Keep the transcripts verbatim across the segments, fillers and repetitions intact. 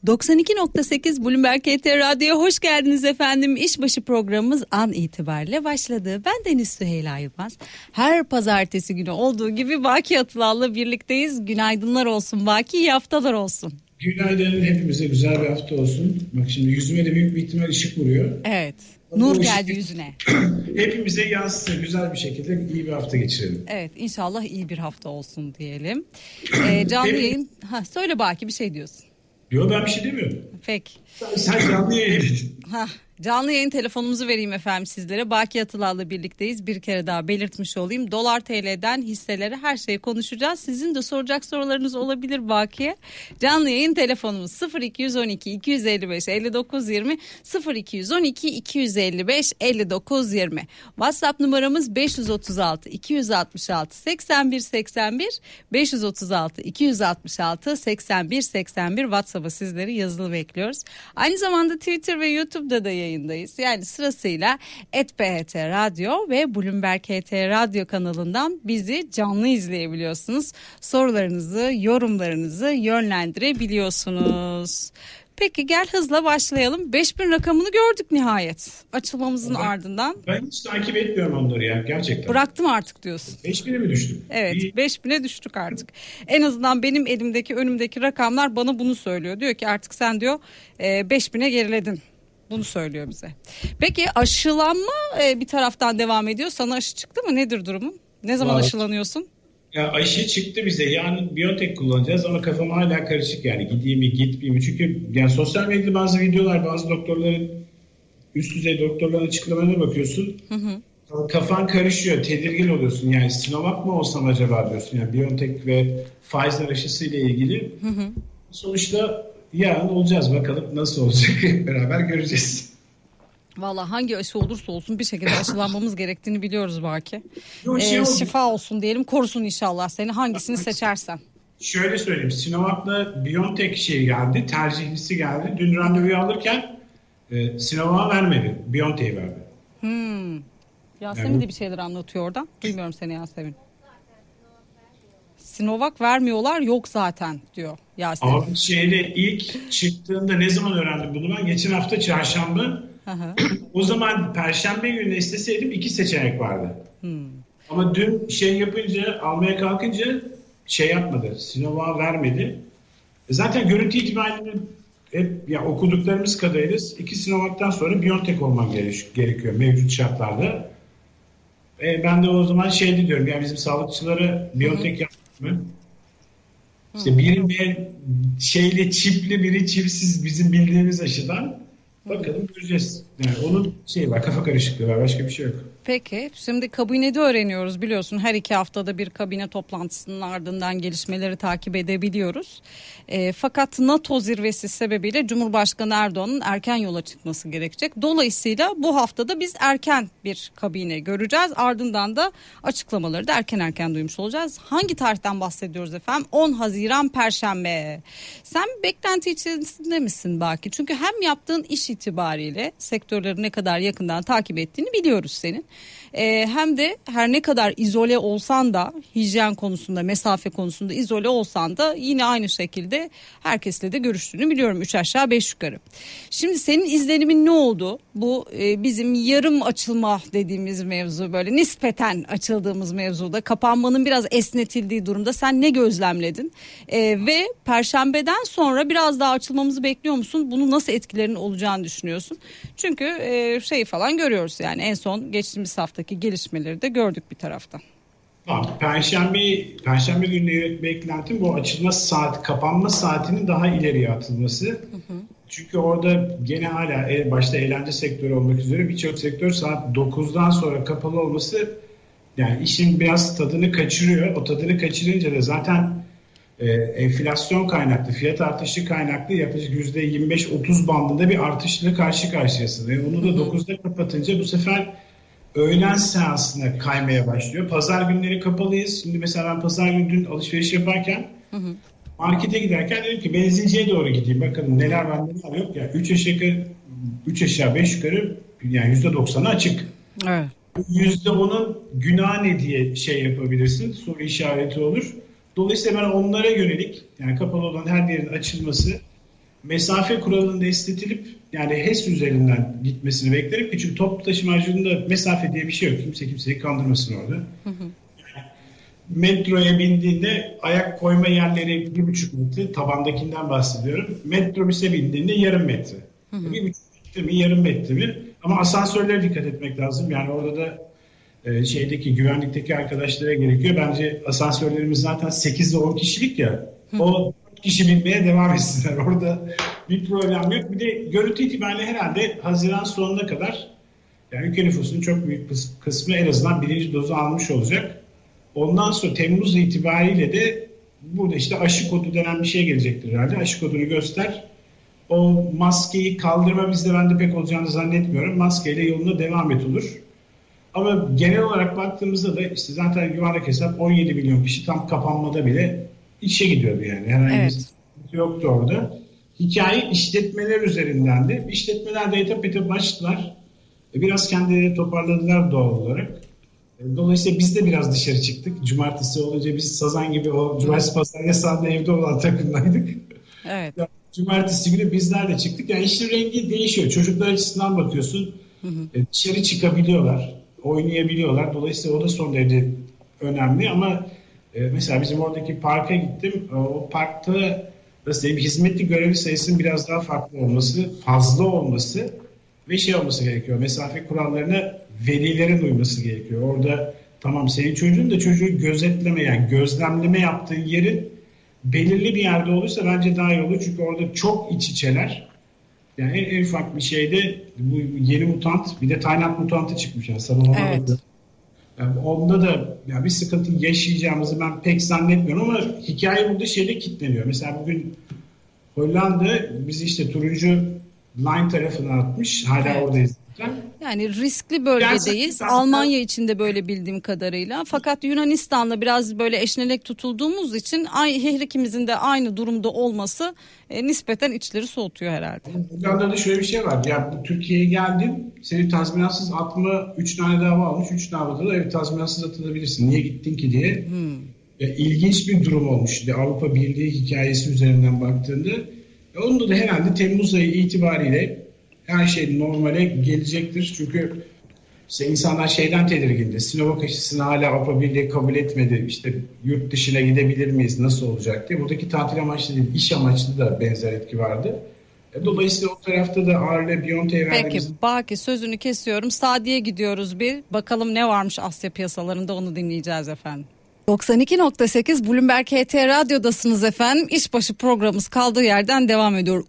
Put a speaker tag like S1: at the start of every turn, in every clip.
S1: doksan iki nokta sekiz Bloomberg K T Radyo'ya hoş geldiniz efendim. İşbaşı programımız an itibariyle başladı. Ben Deniz Süheyla Yılmaz. Her pazartesi günü olduğu gibi Baki Atılal'la birlikteyiz. Günaydınlar olsun Baki, iyi haftalar olsun.
S2: Günaydın, hepimize güzel bir hafta olsun. Bak şimdi yüzüme de büyük bir ihtimal ışık vuruyor.
S1: Evet, nur geldi yüzüne.
S2: Hepimize yansısın, güzel bir şekilde iyi bir hafta geçirelim.
S1: Evet, inşallah iyi bir hafta olsun diyelim. Ee, canlı yayın, ha, söyle Baki, bir şey diyorsun.
S2: Yok, ben bir şey demiyorum.
S1: Peki.
S2: Sen canlı yayın.
S1: Ha, canlı yayın telefonumuzu vereyim efendim sizlere. Baki Atılal'la birlikteyiz. Bir kere daha belirtmiş olayım. Dolar T L'den hisselere her şeyi konuşacağız. Sizin de soracak sorularınız olabilir Baki'ye. Canlı yayın telefonumuz sıfır iki on iki iki yüz elli beş elli dokuz yirmi sıfır iki on iki iki yüz elli beş elli dokuz yirmi. WhatsApp numaramız beş yüz otuz altı iki yüz altmış altı seksen bir seksen bir beş yüz otuz altı iki yüz altmış altı seksen bir seksen bir. WhatsApp'a sizleri yazılı bekliyoruz. Aynı zamanda Twitter ve YouTube'da da yayındayız. Yani sırasıyla et B H T Radyo ve Bloomberg K T Radyo kanalından bizi canlı izleyebiliyorsunuz. Sorularınızı, yorumlarınızı yönlendirebiliyorsunuz. Peki gel hızla başlayalım. beş bin rakamını gördük nihayet. Açılmamızın
S2: ben,
S1: ardından.
S2: Ben hiç takip etmiyorum onları ya gerçekten.
S1: Bıraktım artık diyorsun.
S2: beş bine mi düştük?
S1: Evet, beş bine düştük artık. En azından benim elimdeki, önümdeki rakamlar bana bunu söylüyor. Diyor ki artık sen diyor beş bine geriledin. Bunu söylüyor bize. Peki aşılanma bir taraftan devam ediyor. Sana aşı çıktı mı? Nedir durumun? Ne zaman Vallahi. aşılanıyorsun?
S2: Ya aşı çıktı bize. Yani BioNTech kullanacağız ama kafam hala karışık yani. Gideyim mi gitmeyeyim mi? Çünkü yani sosyal medyada bazı videolar, bazı doktorların, üst düzey doktorların açıklamalarına bakıyorsun. Hı hı. Kafan karışıyor. Tedirgin oluyorsun. Yani Sinovac mı olsam acaba diyorsun. Yani BioNTech ve Pfizer aşısıyla ilgili. Hı hı. Sonuçta yarın olacağız. Bakalım nasıl olacak. Beraber göreceğiz.
S1: Vallahi hangi aşı olursa olsun bir şekilde aşılanmamız gerektiğini biliyoruz belki.
S2: Yo, şey
S1: ee, şifa olsun diyelim, korusun inşallah seni, hangisini seçersen.
S2: Şöyle söyleyeyim, Sinovac'la BioNTech şey geldi, tercihlisi geldi. Dün randevuyu alırken e, Sinovac'a vermedi, BioNTech'i verdi.
S1: Hmm. Yasemin yani, de bir şeyler anlatıyor oradan. Duymuyorum seni Yasemin. Sinovac vermiyorlar, yok zaten diyor Yasemin.
S2: Ama şeyde ilk çıktığında ne zaman öğrendim bunu ben? Geçen hafta çarşamba. O zaman Perşembe günü isteseydim iki seçenek vardı. Hmm. Ama dün şey yapınca, almaya kalkınca şey yapmadı. Sinovac'a vermedi. Zaten görüntü itibariyle hep ya okuduklarımız kadarıyla iki Sinovac'tan sonra BioNTech olman gerekiyor mevcut şartlarda. E, ben de o zaman şey diyorum, yani bizim sağlıkçılara BioNTech yaptık mı? İşte biri bir şeyle çipli, biri çipsiz bizim bildiğimiz aşıdan. Bakalım göreceğiz. Yani onun şeyi var, kafa karışıklığı var, başka bir şey yok.
S1: Peki şimdi kabinede öğreniyoruz, biliyorsun her iki haftada bir kabine toplantısının ardından gelişmeleri takip edebiliyoruz. E, fakat NATO zirvesi sebebiyle Cumhurbaşkanı Erdoğan'ın erken yola çıkması gerekecek. Dolayısıyla bu haftada biz erken bir kabine göreceğiz. Ardından da açıklamaları da erken erken duymuş olacağız. Hangi tarihten bahsediyoruz efendim? on Haziran Perşembe. Sen beklenti içerisinde misin Baki? Çünkü hem yaptığın iş itibariyle sektörleri ne kadar yakından takip ettiğini biliyoruz senin. Ee, hem de her ne kadar izole olsan da hijyen konusunda, mesafe konusunda izole olsan da yine aynı şekilde herkesle de görüştüğünü biliyorum, üç aşağı beş yukarı. Şimdi senin izlenimin ne oldu? Bu e, bizim yarım açılma dediğimiz mevzu, böyle nispeten açıldığımız mevzuda kapanmanın biraz esnetildiği durumda sen ne gözlemledin? E, ve Perşembeden sonra biraz daha açılmamızı bekliyor musun? Bunu nasıl etkilerinin olacağını düşünüyorsun? Çünkü e, şey falan görüyoruz, yani en son geçtiğimiz haftaki gelişmeleri de gördük bir taraftan.
S2: Tamam. Perşembe, Perşembe günü beklentim bu açılma saat, kapanma saatinin daha ileriye atılması. Hı hı. Çünkü orada gene hala başta eğlence sektörü olmak üzere birçok sektör saat dokuzdan sonra kapalı olması yani işin biraz tadını kaçırıyor. O tadını kaçırınca da zaten e, enflasyon kaynaklı, fiyat artışı kaynaklı yaklaşık yüzde yirmi beş otuz bandında bir artışla karşı karşıyasın. E, onu da dokuzda kapatınca bu sefer öğlen seansına kaymaya başlıyor. Pazar günleri kapalıyız. Şimdi mesela ben pazar günü dün alışveriş yaparken hı hı. markete giderken dedim ki benzinciye doğru gideyim. Bakalım neler var neler yok. Yani üç aşağı üç aşağı beş yukarı yani yüzde doksanı açık.
S1: Evet.
S2: yüzde onun günah ne diye şey yapabilirsin. Soru işareti olur. Dolayısıyla ben onlara yönelik yani kapalı olan her yerin açılması mesafe kuralının da esnetilip yani H E S üzerinden gitmesini beklerim ki çünkü toplu taşıma aracılığında mesafe diye bir şey yok. Kimse kimseyi kandırmasın orada. Hı hı. Yani metroya bindiğinde ayak koyma yerleri bir buçuk metre, tabandakinden bahsediyorum. Metrobüse bindiğinde yarım metre. Hı hı. Bir buçuk metre mi, yarım metre mi? Ama asansörlere dikkat etmek lazım. Yani orada da e, şeydeki güvenlikteki arkadaşlara gerekiyor. Bence asansörlerimiz zaten sekiz ile on kişilik ya. Hı hı. O kişi binmeye devam etsinler. Orada bir problem yok. Bir de görüntü itibariyle herhalde Haziran sonuna kadar yani ülke nüfusunun çok büyük kısmı en azından birinci dozu almış olacak. Ondan sonra Temmuz itibariyle de burada işte aşı kodu denen bir şey gelecektir herhalde. Aşı kodunu göster. O maskeyi kaldırma bizde ben de pek olacağını zannetmiyorum. Maskeyle yoluna devam et olur. Ama genel olarak baktığımızda da işte zaten yuvarlak hesap on yedi milyon kişi tam kapanmada bile işe gidiyordu yani. Herhangi evet. bir sıkıntı yoktu orada. Hikaye işletmeler üzerindendi. İşletmeler de etap etap başladılar. Biraz kendileri toparladılar doğal olarak. Dolayısıyla biz de biraz dışarı çıktık. Cumartesi olunca biz sazan gibi o cumartesi pazar yasağında evde olan takımdaydık. Evet. Cumartesi günü bizler de çıktık. Yani işin rengi değişiyor. Çocuklar açısından bakıyorsun. Hı hı. Dışarı çıkabiliyorlar. Oynayabiliyorlar. Dolayısıyla o da son derece önemli ama mesela bizim oradaki parka gittim. O parkta nasıl diyeyim, hizmetli görevli sayısının biraz daha farklı olması, fazla olması ve şey olması gerekiyor. Mesafe kurallarına velilerin uyması gerekiyor. Orada tamam senin çocuğun da çocuğu gözetleme yani gözlemleme yaptığı yerin belirli bir yerde olursa bence daha iyi olur. Çünkü orada çok iç içeler. Yani en, en ufak bir şeyde bu yeni mutant bir de Tayland mutantı çıkmış. Yani sanırım evet. Yani onda da yani bir sıkıntı yaşayacağımızı ben pek zannetmiyorum ama hikaye burada şeyde kilitleniyor. Mesela bugün Hollanda bizi işte turuncu line tarafına atmış. Hala evet. oradayız.
S1: Yani riskli bölgedeyiz. Almanya için de böyle bildiğim kadarıyla. Fakat Yunanistan'la biraz böyle eşnelek tutulduğumuz için her ikimizin de aynı durumda olması e, nispeten içleri soğutuyor herhalde.
S2: Hollanda'da şöyle bir şey var. Ya bu Türkiye'ye geldin, seni tazminatsız atma üç tane dava almış. üç davada da evet tazminatsız atılabilirsin. Niye gittin ki diye. Hmm. Ya, ilginç bir durum olmuş. Ya, Avrupa Birliği hikayesi üzerinden baktığında. Ya, onda da herhalde Temmuz ayı itibariyle her şey normale gelecektir. Çünkü işte insanlar şeyden tedirgindi. Sinovac aşısını hala Avrupa Birliği kabul etmedi. İşte yurt dışına gidebilir miyiz? Nasıl olacak diye. Buradaki tatil amaçlı değil, iş amaçlı da benzer etki vardı. Dolayısıyla o tarafta da ağırlığı BioNTech'e verdiğimiz...
S1: Peki Baki sözünü kesiyorum. Sadiye gidiyoruz bir. Bakalım ne varmış Asya piyasalarında onu dinleyeceğiz efendim. doksan iki nokta sekiz Bloomberg H T Radyo'dasınız efendim. İşbaşı programımız kaldığı yerden devam ediyor.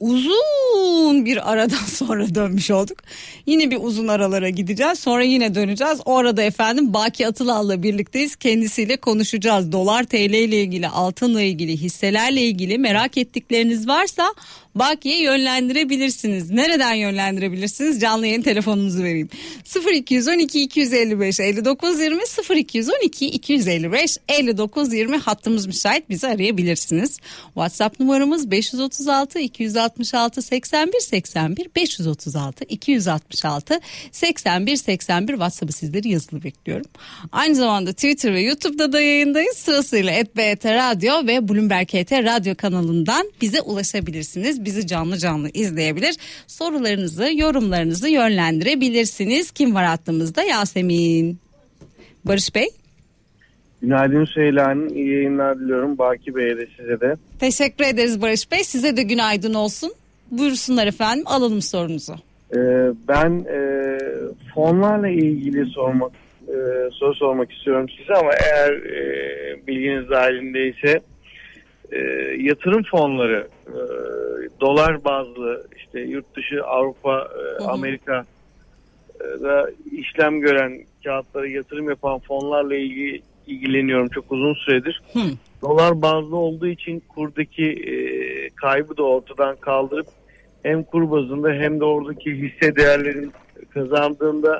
S1: Uzun bir aradan sonra dönmüş olduk. Yine bir uzun aralara gideceğiz. Sonra yine döneceğiz. O arada efendim Baki Atılal'la birlikteyiz. Kendisiyle konuşacağız. Dolar T L ile ilgili, altınla ilgili, hisselerle ilgili merak ettikleriniz varsa Baki'ye yönlendirebilirsiniz. Nereden yönlendirebilirsiniz? Canlı yayın telefonunuzu vereyim. sıfır iki on iki iki yüz elli beş elli dokuz yirmi sıfır iki on iki iki yüz elli beş elli dokuz yirmi hattımız müsait, bizi arayabilirsiniz. WhatsApp numaramız beş yüz otuz altı iki yüz altmış altı seksen bir seksen bir beş yüz otuz altı iki yüz altmış altı seksen bir seksen bir WhatsApp'ı sizleri yazılı bekliyorum. Aynı zamanda Twitter ve YouTube'da da yayındayız. Sırasıyla et b t Radyo ve Bloomberg H T Radyo kanalından bize ulaşabilirsiniz. Bizi canlı canlı izleyebilir. Sorularınızı, yorumlarınızı yönlendirebilirsiniz. Kim var hattımızda? Yasemin. Barış Bey.
S3: Günaydın Süheyla'nın, iyi yayınlar diliyorum. Baki Bey'e de size de.
S1: Teşekkür ederiz Barış Bey. Size de günaydın olsun. Buyursunlar efendim, alalım sorunuzu.
S3: Ee, ben e, fonlarla ilgili sormak e, soru sormak istiyorum size ama eğer e, bilginiz dahilindeyse e, yatırım fonları e, dolar bazlı işte yurt dışı Avrupa, e, Amerika e, da işlem gören kağıtlara yatırım yapan fonlarla ilgili ilgileniyorum çok uzun süredir. Hı. Dolar bazlı olduğu için kurdaki e, kaybı da ortadan kaldırıp hem kur bazında hem de oradaki hisse değerlerin kazandığında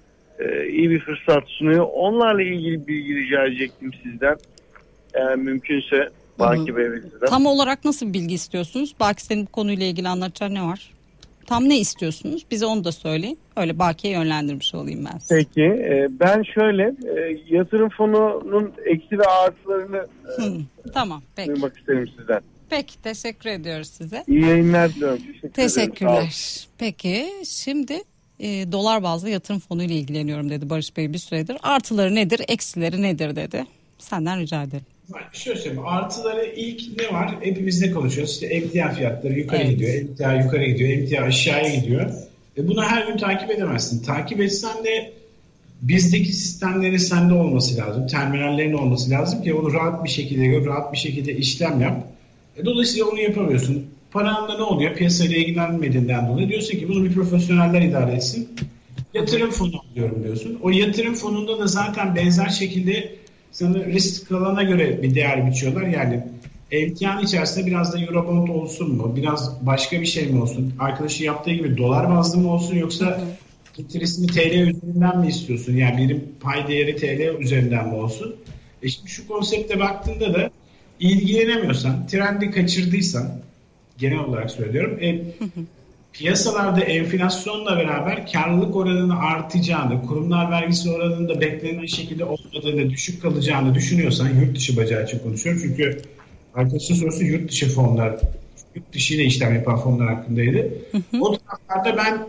S3: e, iyi bir fırsat sunuyor. Onlarla ilgili bilgi rica edecektim sizden. Eğer mümkünse Baki Bey ve sizden.
S1: Tam olarak nasıl bir bilgi istiyorsunuz? Baki senin bu konuyla ilgili anlatacağın ne var? Tam ne istiyorsunuz? Bize onu da söyleyin. Öyle Baki'ye yönlendirmiş olayım ben size.
S3: Peki. E, ben şöyle e, yatırım fonunun eksi ve artılarını e,
S1: Hı, tamam. Peki.
S3: duymak isterim sizden.
S1: Peki, teşekkür ediyoruz size.
S3: İyi yayınlar diliyorum. Teşekkür
S1: Teşekkürler. Peki şimdi e, dolar bazlı yatırım fonu ile ilgileniyorum dedi Barış Bey bir süredir. Artıları nedir, eksileri nedir dedi. Senden rica ederim.
S2: Şöyle söyleyeyim. Artıları ilk ne var? Hepimiz ne konuşuyoruz? İşte emtia fiyatları yukarı
S1: Evet.
S2: gidiyor. Emtia yukarı gidiyor. Emtia aşağıya gidiyor. E bunu her gün takip edemezsin. Takip etsen de bizdeki sistemlerin sende olması lazım. Terminallerin olması lazım ki onu rahat bir şekilde gör, rahat bir şekilde işlem yap. E dolayısıyla onu yapamıyorsun. Paranla ne oluyor? Piyasayla ilgilenmediğinden dolayı diyorsun ki bunu bir profesyoneller idare etsin. Yatırım fonu alıyorum diyorsun. O yatırım fonunda da zaten benzer şekilde sana risk skalana göre bir değer biçiyorlar. Yani emtianın içerisinde biraz da Eurobond olsun mu? Biraz başka bir şey mi olsun? Arkadaşı yaptığı gibi dolar bazlı mı olsun yoksa hı hı. getirisini T L üzerinden mi istiyorsun? Yani birim pay değeri T L üzerinden mi olsun? E şimdi şu konsepte baktığında da ilgilenemiyorsan, trendi kaçırdıysan genel olarak söylüyorum. E, hı hı. Piyasalarda enflasyonla beraber karlılık oranının artacağını, kurumlar vergisi oranının da beklenen şekilde olmadığını, düşük kalacağını düşünüyorsan, yurt dışı bacağı için konuşuyorum. Çünkü arkadaşın sorusu yurt dışı fonlar, yurt dışı ile işlem yapan fonlar hakkındaydı. Hı hı. O taraflarda ben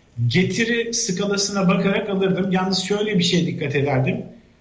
S2: getiri skalasına bakarak alırdım. Yalnız şöyle bir şey dikkat ederdim.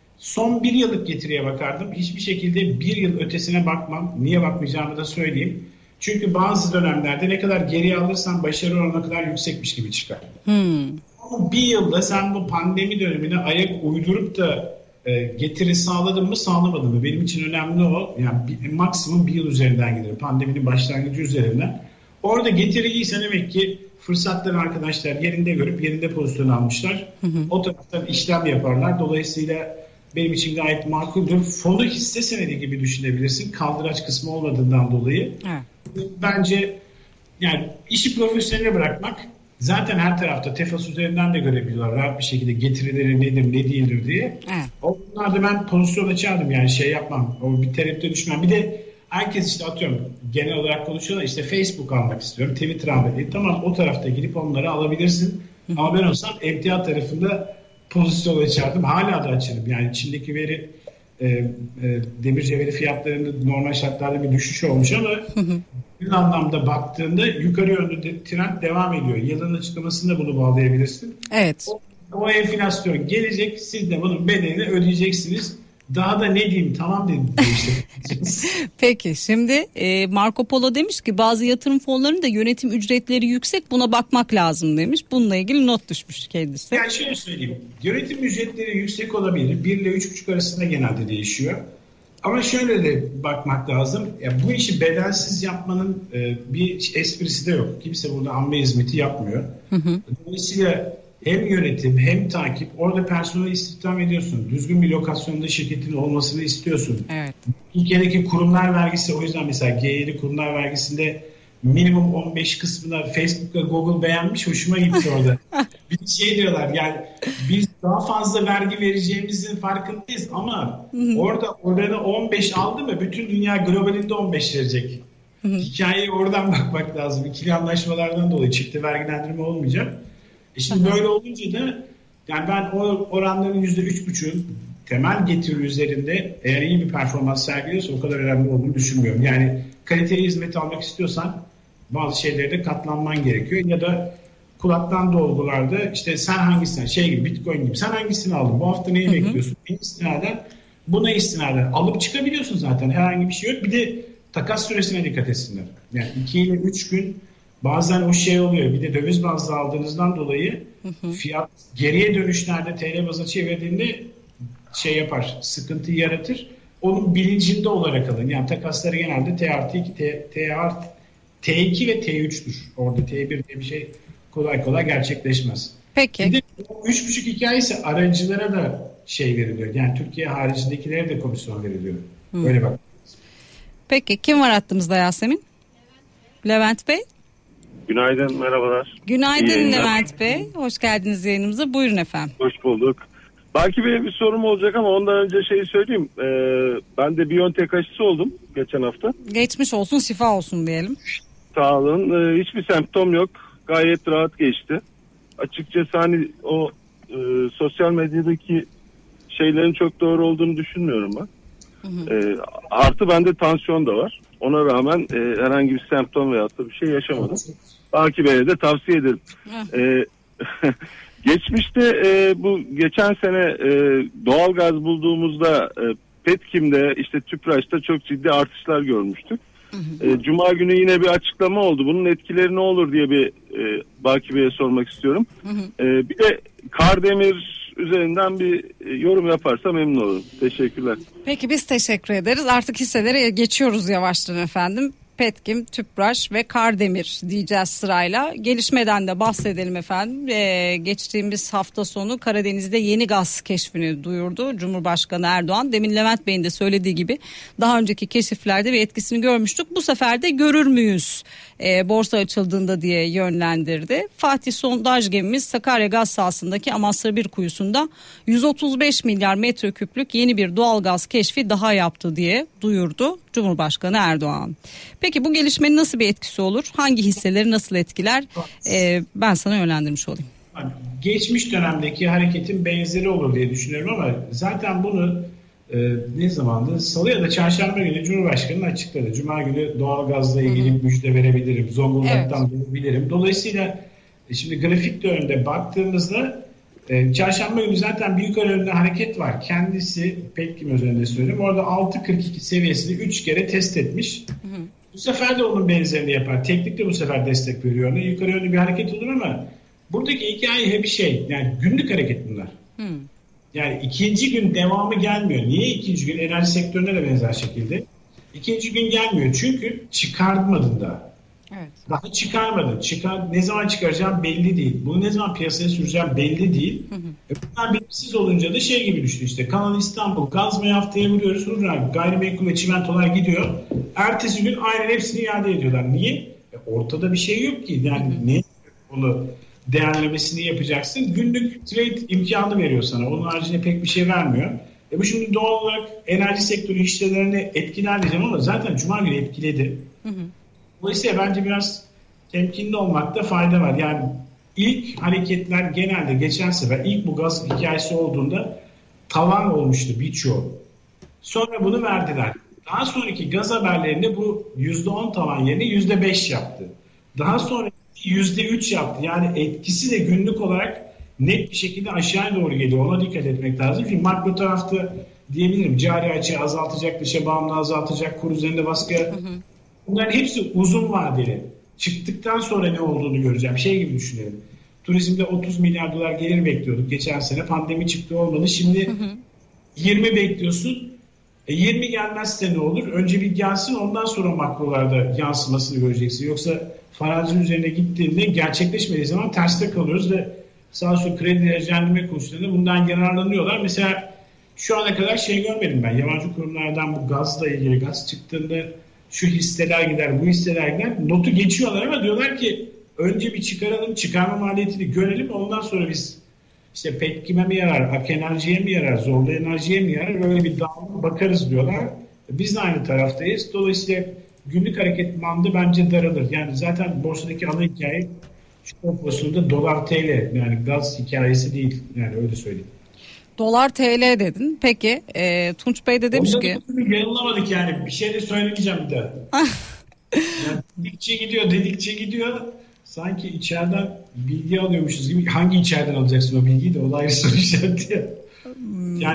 S2: Son bir yıllık getiriye bakardım. Hiçbir şekilde bir yıl ötesine bakmam. Niye bakmayacağımı da söyleyeyim. Çünkü bazı dönemlerde ne kadar geriye alırsan başarı oranı kadar yüksekmiş gibi çıkar. Hmm. Ama bir yılda sen bu pandemi dönemine ayak uydurup da e, getiri sağladın mı sağlamadın mı? Benim için önemli o. Yani bir, maksimum bir yıl üzerinden gider. Pandeminin başlangıcı üzerinden. Orada getiri iyiyse demek ki fırsatları arkadaşlar yerinde görüp yerinde pozisyon almışlar. Hı hı. O taraftan işlem yaparlar. Dolayısıyla benim için gayet makuldür. Fonu hisse senedi gibi düşünebilirsin. Kaldıraç kısmı olmadığından dolayı. Evet. Bence yani işi profesyonele bırakmak zaten her tarafta Tefas üzerinden de görebiliyorlar rahat bir şekilde getirileri nedir ne değildir diye. Evet. Onlarda ben pozisyon açardım yani şey yapmam. O bir tereddüte düşmem. Bir de herkes işte atıyorum genel olarak konuşuyorlar işte Facebook almak istiyorum. Twitter almak istiyorum. Tamam o tarafta girip onları alabilirsin. Hı. Ama ben olsam emtia tarafında pozisyon açardım. Hala da açarım. Yani içindeki veri e, e, demir cevheri fiyatlarında normal şartlarda bir düşüş olmuş ama bir anlamda baktığında yukarı yönlü de, trend devam ediyor. Yılın açıklamasında bunu bağlayabilirsin.
S1: Evet.
S2: O, o enflasyon gelecek. Siz de bunun bedelini ödeyeceksiniz. Daha da ne diyeyim tamam dedim. Işte.
S1: Peki şimdi e, Marco Polo demiş ki bazı yatırım fonlarının da yönetim ücretleri yüksek buna bakmak lazım demiş. Bununla ilgili not düşmüş kendisi.
S2: Yani şöyle söyleyeyim. Yönetim ücretleri yüksek olabilir. bir ile üç buçuk arasında genelde değişiyor. Ama şöyle de bakmak lazım. Ya bu işi bedelsiz yapmanın e, bir esprisi de yok. Kimse burada amme hizmeti yapmıyor. Hı hı. Dolayısıyla hem yönetim hem takip orada personel istihdam ediyorsun. Düzgün bir lokasyonda şirketin olmasını istiyorsun. Evet. Türkiye'deki kurumlar vergisi o yüzden mesela G yedi kurumlar vergisinde minimum on beş kısmına Facebook ve Google beğenmiş. Hoşuma gitti orada. Bir şey diyorlar yani biz daha fazla vergi vereceğimizin farkındayız ama orada oranı on beş aldı mı bütün dünya globalinde on beş verecek. Hikayeye oradan bakmak lazım. İkili anlaşmalardan dolayı çifte vergilendirme olmayacak. E şimdi böyle olunca da yani ben o oranların yüzde üç buçuğun temel getiri üzerinde eğer iyi bir performans sergiliyorsa o kadar önemli olduğunu düşünmüyorum. Yani kaliteli hizmet almak istiyorsan bazı şeylere de katlanman gerekiyor. Ya da kulaktan dolgularda işte sen hangisinden şey gibi Bitcoin gibi sen hangisini aldın? Bu hafta neyi hı hı. bekliyorsun? En istinaden buna istinaden alıp çıkabiliyorsun zaten. Herhangi bir şey yok. Bir de takas süresine dikkat etsinler. Yani iki ile üç gün bazen o şey oluyor. Bir de döviz bazlı aldığınızdan dolayı hı hı. fiyat geriye dönüşlerde T L bazı çevirdiğinde şey yapar, sıkıntı yaratır. Onun bilincinde olarak alın. Yani takasları genelde T artı iki, T, T artı T iki ve T üç'tür. Orada T bir diye bir şey kolay kolay gerçekleşmez.
S1: Peki.
S2: Bir de üç buçuk hikayesi aracılara da şey veriliyor. Yani Türkiye haricindekilere de komisyon veriliyor. Hmm. Böyle bak.
S1: Peki kim var hattımızda Yasemin? Levent Bey.
S4: Günaydın, merhabalar.
S1: Günaydın Levent Bey. Hoş geldiniz yayınımıza. Buyurun efendim.
S4: Hoş bulduk. Belki benim bir sorum olacak ama ondan önce şeyi söyleyeyim. Ee, ben de BioNTech aşısı oldum geçen hafta.
S1: Geçmiş olsun, şifa olsun diyelim.
S4: Sağ olun. Ee, hiçbir semptom yok. Gayet rahat geçti. Açıkçası hani o e, sosyal medyadaki şeylerin çok doğru olduğunu düşünmüyorum ben. Hı hı. E, artı bende tansiyon da var. Ona rağmen e, herhangi bir semptom veyahut da bir şey yaşamadım. Baki Bey'e de tavsiye ederim. E, geçmişte e, bu geçen sene e, doğalgaz bulduğumuzda e, Petkim'de işte Tüpraş'ta çok ciddi artışlar görmüştük. Hı hı. E, Cuma günü yine bir açıklama oldu. Bunun etkileri ne olur diye bir e, Baki Bey'e sormak istiyorum. Hı hı. E, bir de Kardemir üzerinden bir e, yorum yaparsa memnun olurum. Teşekkürler.
S1: Peki biz teşekkür ederiz. Artık hisselere geçiyoruz yavaştan efendim. Petkim, Tüpraş ve Kardemir diyeceğiz sırayla. Gelişmeden de bahsedelim efendim. Ee, geçtiğimiz hafta sonu Karadeniz'de yeni gaz keşfini duyurdu Cumhurbaşkanı Erdoğan. Demin Levent Bey'in de söylediği gibi daha önceki keşiflerde bir etkisini görmüştük. Bu sefer de görür müyüz ee, borsa açıldığında diye yönlendirdi. Fatih sondaj gemimiz Sakarya gaz sahasındaki Amasra bir kuyusunda yüz otuz beş milyar metreküplük yeni bir doğal gaz keşfi daha yaptı diye duyurdu Cumhurbaşkanı Erdoğan. Peki bu gelişmenin nasıl bir etkisi olur? Hangi hisseleri nasıl etkiler? Ee, ben sana yönlendirmiş olayım.
S2: Geçmiş dönemdeki hareketin benzeri olur diye düşünüyorum ama zaten bunu e, ne zamandı? Salı ya da çarşamba günü Cumhurbaşkanı açıkladı. Cuma günü doğalgazla ilgili Hı-hı. müjde verebilirim. Zonguldak'tan evet. verebilirim. Dolayısıyla şimdi grafik de önünde baktığımızda e, çarşamba günü zaten bir yukarı yönlü hareket var. Kendisi Petkim üzerinde söylüyorum. Orada altı kırk iki seviyesini üç kere test etmiş. Hı-hı. Bu sefer de onun benzerini yapar. Teknik de bu sefer destek veriyor ona. Yukarı yönlü bir hareket olur ama buradaki hikaye hep bir şey. Yani günlük hareket bunlar. Hmm. Yani ikinci gün devamı gelmiyor. Niye ikinci gün? Enerji sektörüne de benzer şekilde. İkinci gün gelmiyor. Çünkü çıkarmadın daha. Evet. Daha çıkarmadın. Çıkar, ne zaman çıkaracağım belli değil. Bunu ne zaman piyasaya süreceğim belli değil. Hı hı. Bunlar belirsiz olunca da şey gibi düştü işte. Kanal İstanbul gazmayı haftaya vuruyoruz. Sonra gayrimenkul ve çimentolar gidiyor. Ertesi gün aynen hepsini iade ediyorlar. Niye? E ortada bir şey yok ki. Yani hı hı. ne onu değerlemesini yapacaksın. Günlük trade imkanı veriyor sana. Onun haricinde pek bir şey vermiyor. E bu şimdi doğal olarak enerji sektörü hisselerine etkiler diyeceğim ama zaten Cuma günü etkiledi. Hı hı. Dolayısıyla bence biraz temkinli olmakta fayda var. Yani ilk hareketler genelde geçen sefer ilk bu gaz hikayesi olduğunda tavan olmuştu birçoğu. Sonra bunu verdiler. Daha sonraki gaz haberlerinde bu yüzde on tavan yerine yüzde beş yaptı. Daha sonra yüzde üç yaptı. Yani etkisi de günlük olarak net bir şekilde aşağıya doğru geliyor. Ona dikkat etmek lazım. Çünkü makro tarafta diyebilirim cari açığı azaltacak, dışa bağımlılığı azaltacak, kur üzerinde baskı. Hı hı. Bunların hepsi uzun vadeli. Çıktıktan sonra ne olduğunu göreceğim. Şey gibi düşünelim. Turizmde otuz milyar dolar gelir bekliyorduk geçen sene. Pandemi çıktı olmadı. Şimdi hı hı. yirmi bekliyorsun. E yirmi gelmezse ne olur? Önce bir gelsin ondan sonra makrolarda yansımasını göreceksin. Yoksa farazın üzerine gittiğinde gerçekleşmediği zaman terste kalıyoruz ve sağ olsun kredi derecelendirme konusunda bundan yararlanıyorlar. Mesela şu ana kadar şey görmedim ben. Yabancı kurumlardan bu gazla ilgili gaz çıktığında şu hisseler gider, bu hisseler gider. Notu geçiyorlar ama diyorlar ki önce bir çıkaralım, çıkarma maliyetini görelim. Ondan sonra biz işte Petkim'e mi yarar, Ak Enerji'ye mi yarar, Zorlu Enerji'ye mi yarar? Öyle bir dağılım bakarız diyorlar. Biz de aynı taraftayız. Dolayısıyla günlük hareket bandı bence daralır. Yani zaten borsadaki ana hikaye şu pozisyonda dolar T L yani gaz hikayesi değil. Yani öyle söyleyeyim.
S1: Dolar T L dedin. Peki e, Tunç Bey de demiş ki.
S2: Yanılamadık yani. Bir şey de söylemeyeceğim bir daha. Yani dedikçe gidiyor, dedikçe gidiyor. Sanki içeriden bilgi alıyormuşuz gibi. Hangi içeriden alacaksın o bilgiyi de? O da ayrı soru işareti. Yani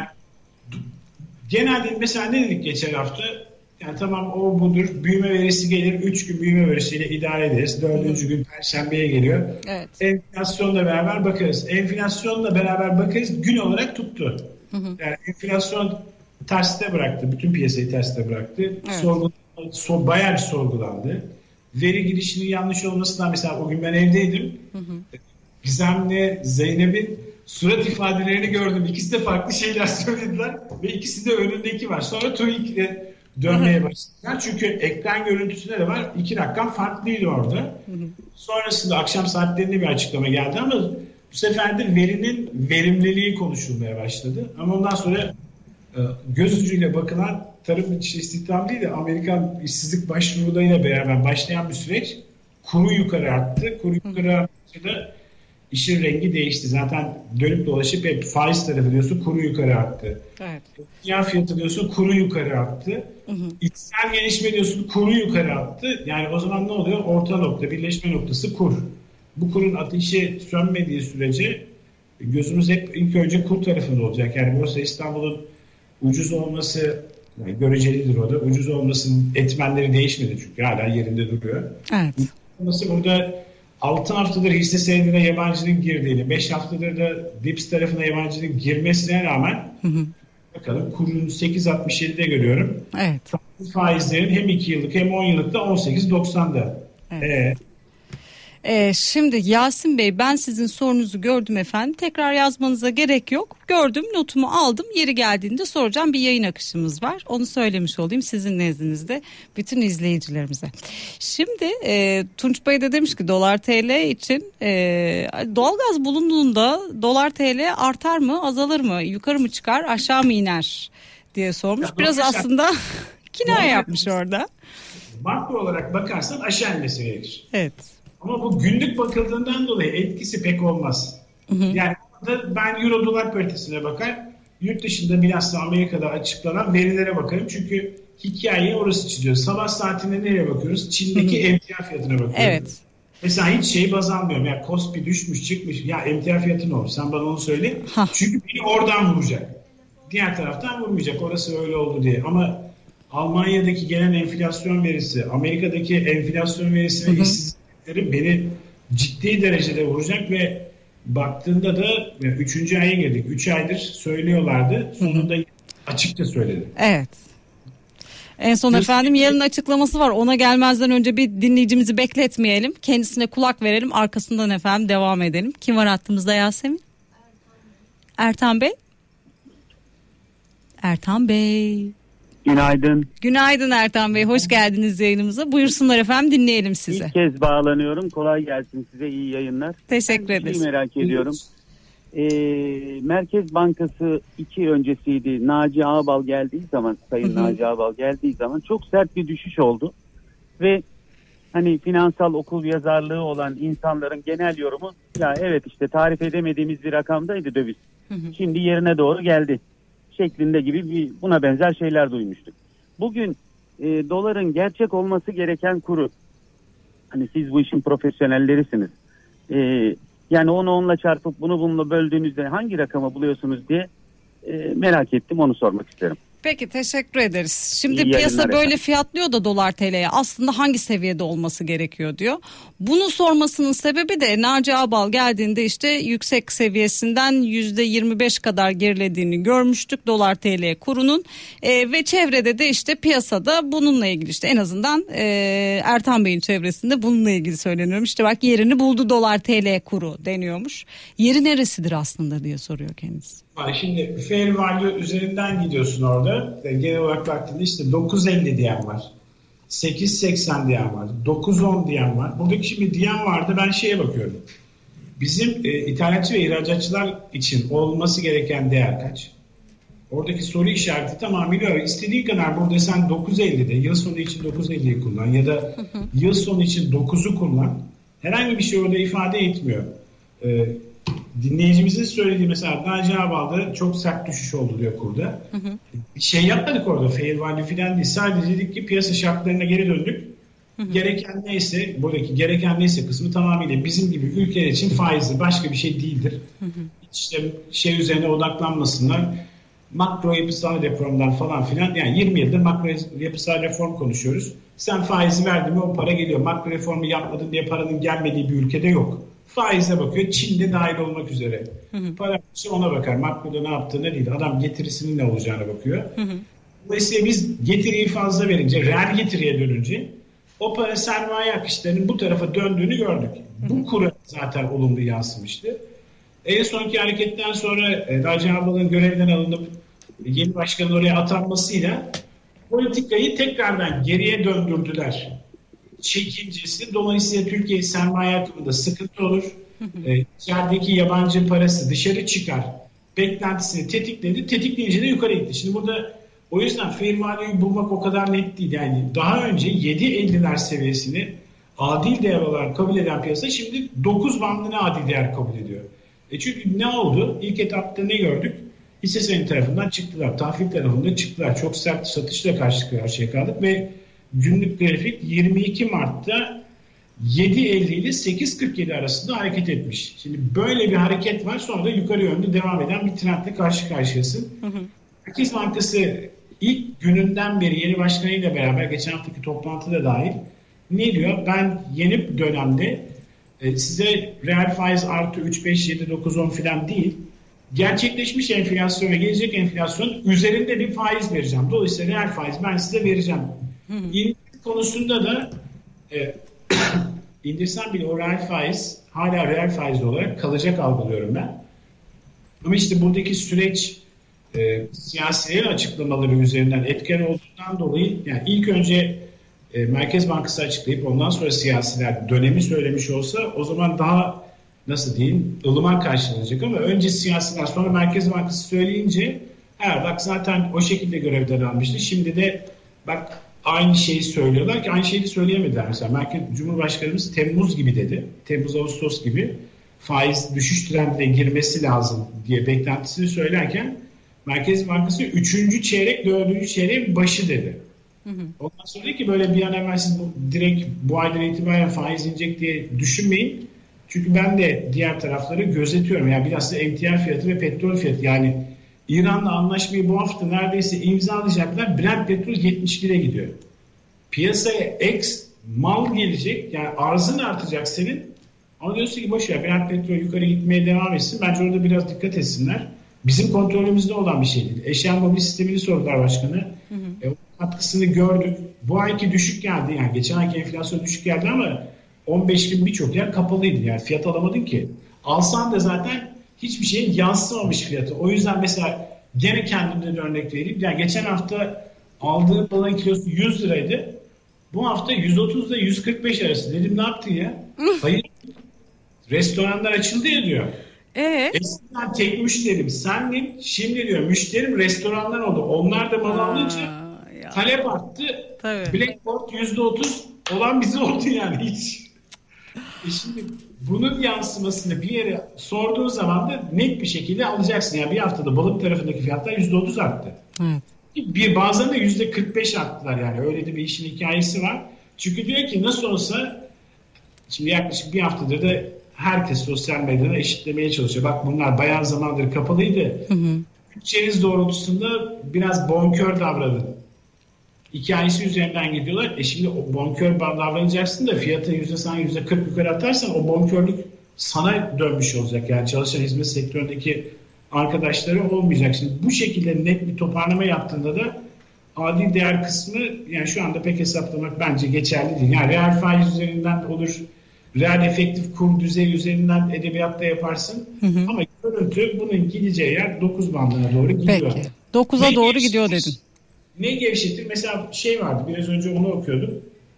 S2: genelde mesela ne dedik geçen hafta? Yani tamam o budur. Büyüme verisi gelir. Üç gün büyüme verisiyle idare ederiz. Dördüncü gün Perşembe'ye geliyor. Evet. Enflasyonla beraber bakarız. Enflasyonla beraber bakarız. Gün olarak tuttu. Hı hı. Yani enflasyon terste bıraktı. Bütün piyasayı terste bıraktı. Evet. Sorgu, so, bayağı bir sorgulandı. Veri girişinin yanlış olmasından mesela o gün ben evdeydim. Hı hı. Gizem'le Zeynep'in surat ifadelerini gördüm. İkisi de farklı şeyler söylediler. Ve ikisi de önündeki var. Sonra TÜİK'le dönmeye başladılar. Çünkü ekran görüntüsünde de var. İki rakam farklıydı orada. Hı hı. Sonrasında akşam saatlerinde bir açıklama geldi ama bu sefer de verinin verimliliği konuşulmaya başladı. Ama ondan sonra e, göz ucuyla bakılan tarım içi istihdam değil de Amerikan işsizlik başvurularıyla beraber başlayan bir süreç kuru yukarı arttı. Kuru yukarı arttı da işin rengi değişti. Zaten dönüp dolaşıp hep faiz tarafı diyorsun kuru yukarı attı.
S1: Evet.
S2: Dünya fiyatı diyorsun kuru yukarı attı. Hı hı. İçsel gelişme diyorsun kuru yukarı attı. Yani o zaman ne oluyor? Orta nokta, birleşme noktası kur. Bu kurun ateşi sönmediği sürece gözümüz hep ilk önce kur tarafında olacak. Yani Borsa İstanbul'un ucuz olması yani görecelidir o da. Ucuz olmasının etmenleri değişmedi çünkü hala yerinde duruyor.
S1: Evet.
S2: Olması burada altı haftadır hisse senedine yabancının girdiğini, beş haftadır da D I P S tarafına yabancının girmesine rağmen hı hı. bakalım kurun sekiz altmış yedide görüyorum.
S1: Evet.
S2: Faizlerin hem iki yıllık hem on yıllıkta on sekiz doksanda. Evet. Ee,
S1: Ee, şimdi Yasin Bey ben sizin sorunuzu gördüm efendim. Tekrar yazmanıza gerek yok. Gördüm, notumu aldım. Yeri geldiğinde soracağım, bir yayın akışımız var. Onu söylemiş olayım sizin nezdinizde bütün izleyicilerimize. Şimdi e, Tunç Bey de demiş ki dolar T L için e, doğalgaz bulunduğunda dolar T L artar mı, azalır mı, yukarı mı çıkar, aşağı mı iner diye sormuş. Biraz aslında kinaye yapmış orada.
S2: Makro olarak bakarsan aşağı inmesi gerekir.
S1: Evet.
S2: Ama bu günlük bakıldığından dolayı etkisi pek olmaz. Hı hı. Yani ben euro dolar paritesine bakar, yurt dışında bilhassa Amerika'da açıklanan verilere bakarım. Çünkü hikayeyi orası çiziyor. Sabah saatinde nereye bakıyoruz? Çin'deki hı hı. emtia fiyatına bakıyoruz.
S1: Evet.
S2: Mesela hiç şeyi baz almıyorum. Yani Kospi düşmüş çıkmış. Ya emtia fiyatı ne olur? Sen bana onu söyle. Ha. Çünkü beni oradan vuracak. Diğer taraftan vurmayacak. Orası öyle oldu diye. Ama Almanya'daki gelen enflasyon verisi, Amerika'daki enflasyon verisi ve işsizlik beni ciddi derecede vuracak ve baktığında da üçüncü aya girdik. üç aydır söylüyorlardı. Sonunda hı hı. açıkça söyledi.
S1: Evet. En son Biz efendim yarın açıklaması var. Ona gelmezden önce bir dinleyicimizi bekletmeyelim. Kendisine kulak verelim. Arkasından efendim devam edelim. Kim var hattımızda Yasemin? Ertan Bey. Ertan Bey.
S5: Günaydın.
S1: Günaydın Ertan Bey. Hoş geldiniz yayınımıza. Buyursunlar efendim, dinleyelim sizi.
S5: İlk kez bağlanıyorum. Kolay gelsin size. İyi yayınlar.
S1: Teşekkür ederiz.
S5: Bir şey merak ediyorum. Ee, Merkez Bankası iki öncesiydi. Naci Ağbal geldiği zaman, Sayın hı hı. Naci Ağbal geldiği zaman çok sert bir düşüş oldu. Ve hani finansal okul yazarlığı olan insanların genel yorumu ya evet işte tarif edemediğimiz bir rakamdaydı döviz. Hı hı. Şimdi yerine doğru geldi şeklinde gibi bir buna benzer şeyler duymuştuk. Bugün e, doların gerçek olması gereken kuru, hani siz bu işin profesyonellerisiniz. E, yani onu onunla çarpıp bunu bununla böldüğünüzde hangi rakamı buluyorsunuz diye e, merak ettim, onu sormak isterim.
S1: Peki, teşekkür ederiz. Şimdi İyi piyasa böyle efendim. Fiyatlıyor da dolar T L'ye aslında hangi seviyede olması gerekiyor diyor. Bunu sormasının sebebi de Naci Ağbal geldiğinde işte yüksek seviyesinden yüzde yirmi beş kadar gerilediğini görmüştük dolar T L kurunun e, ve çevrede de işte piyasada bununla ilgili işte en azından e, Ertan Bey'in çevresinde bununla ilgili söyleniyorum. İşte bak yerini buldu dolar T L kuru deniyormuş. Yeri neresidir aslında diye soruyor kendisi.
S2: Şimdi fair value üzerinden gidiyorsun orada. Genel olarak baktığında işte dokuz elli diyen var. sekiz seksen diyen var. dokuz on diyen var. Buradaki şimdi diyen vardı, ben şeye bakıyorum. Bizim e, ithalatçı ve ihracatçılar için olması gereken değer kaç? Oradaki soru işareti tamamıyla öyle. İstediğin kadar burada sen dokuz ellide yıl sonu için dokuz elliyi kullan ya da hı hı. yıl sonu için dokuzu kullan. Herhangi bir şey orada ifade etmiyor. E, Dinleyicimizin söylediği mesela Naci Ağbal'da çok sert düşüş oldu diyor kurda. Hı hı. Bir şey yapmadık orada, fair value falan değil. Sadece dedik ki piyasa şartlarına geri döndük. Hı hı. Gereken neyse, buradaki gereken neyse kısmı tamamıyla bizim gibi ülkeler için faizli, başka bir şey değildir. Hı hı. İşte şey üzerine odaklanmasınlar. Makro yapısal reformlar falan filan. Yani yirmi yıldır makro yapısal reform konuşuyoruz. Sen faizi verdin mi o para geliyor. Makro reformu yapmadın diye paranın gelmediği bir ülkede yok. Faize bakıyor. Çin'de dahil olmak üzere. Hı hı. Para ona bakar. Makroda ne yaptığına değil. Adam getirisinin ne olacağına bakıyor. Hı hı. Dolayısıyla biz getiriyi fazla verince, reel getiriye dönünce o para sermaye akışlarının bu tarafa döndüğünü gördük. Hı hı. Bu kura zaten olumlu yansımıştı. En sonki hareketten sonra Naci Ağbal'ın görevden alınıp yeni başkanın oraya atanmasıyla politikayı tekrardan geriye döndürdüler. Çekincesi. Dolayısıyla Türkiye sermaye akımında sıkıntı olur. e, içerideki yabancı parası dışarı çıkar. Beklentisini tetikledi. Tetikleyince de yukarı gitti. Şimdi burada o yüzden fair value'yu bulmak o kadar net değil. Yani daha önce yedi elliler seviyesini adil değer olarak kabul eden piyasa şimdi dokuz bandına adil değer kabul ediyor. E çünkü ne oldu? İlk etapta ne gördük? Hisse senedi tarafından çıktılar. Tahvil tarafından çıktılar. Çok sert satışla karşı karşıya kaldık ve günlük grafik yirmi iki Mart'ta yedi elli ile sekiz kırk yedi arasında hareket etmiş. Şimdi böyle bir hareket var. Sonra da yukarı yönde devam eden bir trendle karşı karşıyasın. Hı hı. Merkez Bankası ilk gününden beri yeni başkanıyla beraber geçen haftaki toplantıda dahil ne diyor? Ben yeni dönemde e, size reel faiz artı üç beş yedi dokuz on filan değil, gerçekleşmiş enflasyon ve gelecek enflasyon üzerinde bir faiz vereceğim. Dolayısıyla reel faiz ben size vereceğim. İndirim konusunda da e, indirsem bile o reel faiz hala reel faiz olarak kalacak algılıyorum ben. Ama işte buradaki süreç e, siyasilerin açıklamaları üzerinden etken olduğundan dolayı yani ilk önce e, Merkez Bankası açıklayıp ondan sonra siyasiler dönemi söylemiş olsa o zaman daha nasıl diyeyim ılıman karşılanacak ama önce siyasiler sonra Merkez Bankası söyleyince her bak zaten o şekilde görevden almıştı. Şimdi de bak aynı şeyi söylüyorlar ki aynı şeyi de söyleyemediler. Mesela Merkez Cumhurbaşkanımız Temmuz gibi dedi. Temmuz Ağustos gibi faiz düşüş trendine girmesi lazım diye beklentisini söylerken Merkez Bankası üçüncü çeyrek dördüncü çeyreğin başı dedi. Hı hı. Ondan sonra dedi ki böyle bir an evvel siz bu, direkt bu aydan itibaren faiz inecek diye düşünmeyin. Çünkü ben de diğer tarafları gözetiyorum. Yani biraz da emtia fiyatı ve petrol fiyatı. Yani İran'la anlaşmayı bu hafta neredeyse imzalayacaklar. Brent petrol yetmiş lira gidiyor. Piyasaya ex mal gelecek. Yani arzın artacak senin. Ama diyorsun ki boş ver Brent petrol yukarı gitmeye devam etsin. Bence orada biraz dikkat etsinler. Bizim kontrolümüzde olan bir şey değil. Eşyan mobil sistemini sordular başkanı. Hı hı. E, katkısını gördük. Bu ayki düşük geldi. Yani geçen ayki enflasyon düşük geldi ama on beş gün birçok yer kapalıydı. Yani fiyat alamadın ki. Alsan da zaten hiçbir şeyin yansımamış fiyatı. O yüzden mesela gene kendimden bir örnek vereyim. Yani geçen hafta aldığım balığın kilosu yüz liraydı. Bu hafta yüz otuz ile yüz kırk beş arası. Dedim ne yaptın ya? Hayır. Restoranlar açıldı ya diyor.
S1: Ee?
S2: Eskiden tek müşterim sendin. Şimdi diyor müşterim restoranlar oldu. Onlar da mal alınca ya. Talep arttı. Tabii. Blackboard yüzde otuz olan bize oldu yani hiç. E şimdi bunun yansımasını bir yere sorduğun zaman da net bir şekilde alacaksın. Yani bir haftada balık tarafındaki fiyatlar yüzde otuz arttı. Evet. Bir bazen de yüzde kırk beş arttılar yani. Öyle de bir işin hikayesi var. Çünkü diyor ki nasıl olsa şimdi yaklaşık bir haftadır da herkes sosyal medyada eşitlemeye çalışıyor. Bak bunlar bayağı zamandır kapalıydı. Hı hı. Bütçeniz doğrultusunda biraz bonkör davranın. Hikayesi üzerinden gidiyorlar. E şimdi o bonkör davranacaksın da fiyatı yüzde sen yüzde kırk yukarı atarsan o bonkörlük sana dönmüş olacak. Yani çalışan hizmet sektöründeki arkadaşları olmayacak. Şimdi bu şekilde net bir toparlama yaptığında da adil değer kısmı yani şu anda pek hesaplamak bence geçerli değil. Yani reel faiz üzerinden olur. Reel efektif kur düzeyi üzerinden edebiyatta yaparsın. Hı hı. Ama görüntü bunun gideceği yer dokuz bandına doğru gidiyor.
S1: Peki. dokuza doğru gidiyor dedin.
S2: Ne gevşetir? Mesela şey vardı biraz önce onu okuyordum.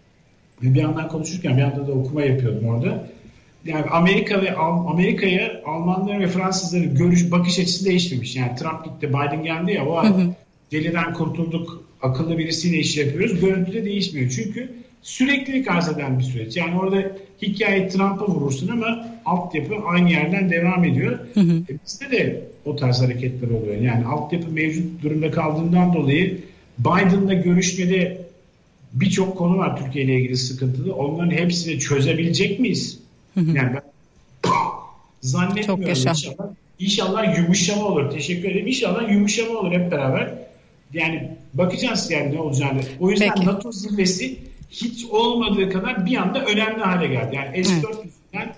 S2: Bir yandan konuşurken bir yandan da okuma yapıyordum orada. Yani Amerika ve Amerika'ya Almanların ve Fransızların görüş bakış açısı değişmemiş. Yani Trump gitti, Biden geldi ya o arada deliden kurtulduk, akıllı birisiyle iş yapıyoruz. Görüntü de değişmiyor. Çünkü süreklilik arz eden bir süreç. Yani orada hikaye Trump'a vurursun ama altyapı aynı yerden devam ediyor. Hı hı. E bizde de o tarz hareketler oluyor. Yani altyapı mevcut durumda kaldığından dolayı Biden'la görüşmede birçok konu var Türkiye ile ilgili sıkıntılı. Onların hepsini çözebilecek miyiz? Hı hı. Yani ben zannetmiyorum. Çok yaşa. İnşallah, inşallah yumuşama olur. Teşekkür ederim. İnşallah yumuşama olur hep beraber. Yani bakacağız yani ne olacağını. O yüzden Peki. NATO zirvesi hiç olmadığı kadar bir anda önemli hale geldi. Yani S dört yüzünden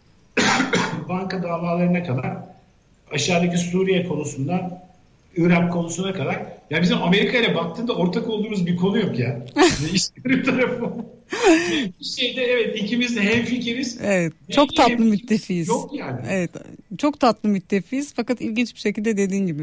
S2: banka davalarına kadar aşağıdaki Suriye konusundan Irak konusuna kadar ya bizim Amerika ile baktığında ortak olduğumuz bir konu yok ya. İşlerin tarafı. Bir şeyde evet ikimiz de hemfikiriz.
S1: Evet. Çok tatlı müttefiyiz.
S2: Yok yani.
S1: Evet. Çok tatlı müttefiyiz fakat ilginç bir şekilde dediğin gibi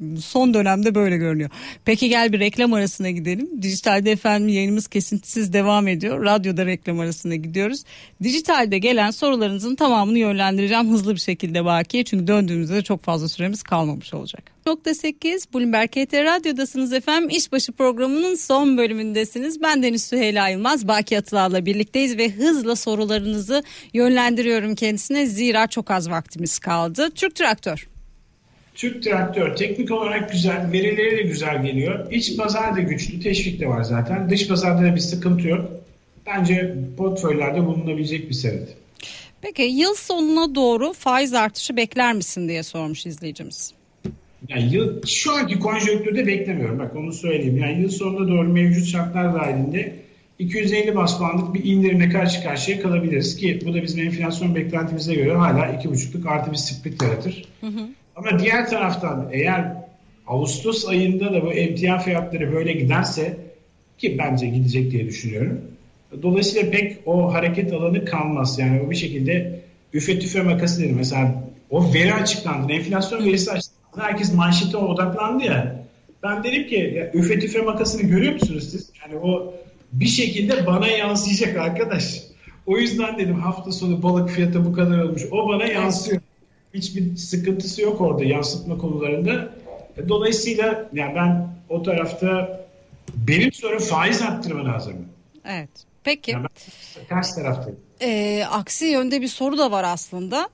S1: Son dönemde böyle görünüyor. Peki gel bir reklam arasına gidelim. Dijitalde efendim yayınımız kesintisiz devam ediyor. Radyoda reklam arasına gidiyoruz. Dijitalde gelen sorularınızın tamamını yönlendireceğim hızlı bir şekilde Baki'ye. Çünkü döndüğümüzde de çok fazla süremiz kalmamış olacak. nokta sekiz Bloomberg K T Radyo'dasınız efendim. İşbaşı programının son bölümündesiniz. Ben Deniz Süheyla Yılmaz. Baki Atılar'la birlikteyiz ve hızla sorularınızı yönlendiriyorum kendisine. Zira çok az vaktimiz kaldı. Türk Traktör.
S2: Türk Traktör teknik olarak güzel, verileri de güzel geliyor. İç pazar da güçlü, teşvik de var zaten. Dış pazarda da bir sıkıntı yok. Bence portföylerde bulunabilecek bir senet.
S1: Peki yıl sonuna doğru faiz artışı bekler misin diye sormuş izleyicimiz.
S2: Yani yıl, şu anki konjonktürde beklemiyorum. Bak onu söyleyeyim. Yani yıl sonuna doğru mevcut şartlar dahilinde iki yüz elli bas puanlık bir indirimle karşı karşıya kalabiliriz ki bu da bizim enflasyon beklentimize göre hala iki buçukluk artı bir split yaratır. Hı hı. Ama diğer taraftan eğer Ağustos ayında da bu emtia fiyatları böyle giderse ki bence gidecek diye düşünüyorum. Dolayısıyla pek o hareket alanı kalmaz. Yani o bir şekilde üfe tüfe makası dedim. Mesela o veri açıklandı. Enflasyon verisi açıklandı. Herkes manşete odaklandı ya. Ben dedim ki ya, üfe tüfe makasını görüyor musunuz siz? Yani o bir şekilde bana yansıyacak arkadaş. O yüzden dedim hafta sonu balık fiyatı bu kadar olmuş. O bana yansıyor. Hiçbir sıkıntısı yok orada yansıtma konularında. Dolayısıyla yani ben o tarafta benim sorum faiz arttırma lazım.
S1: Evet. Peki.
S2: Yani ben ters taraftayım.
S1: E, aksi yönde bir soru da var aslında.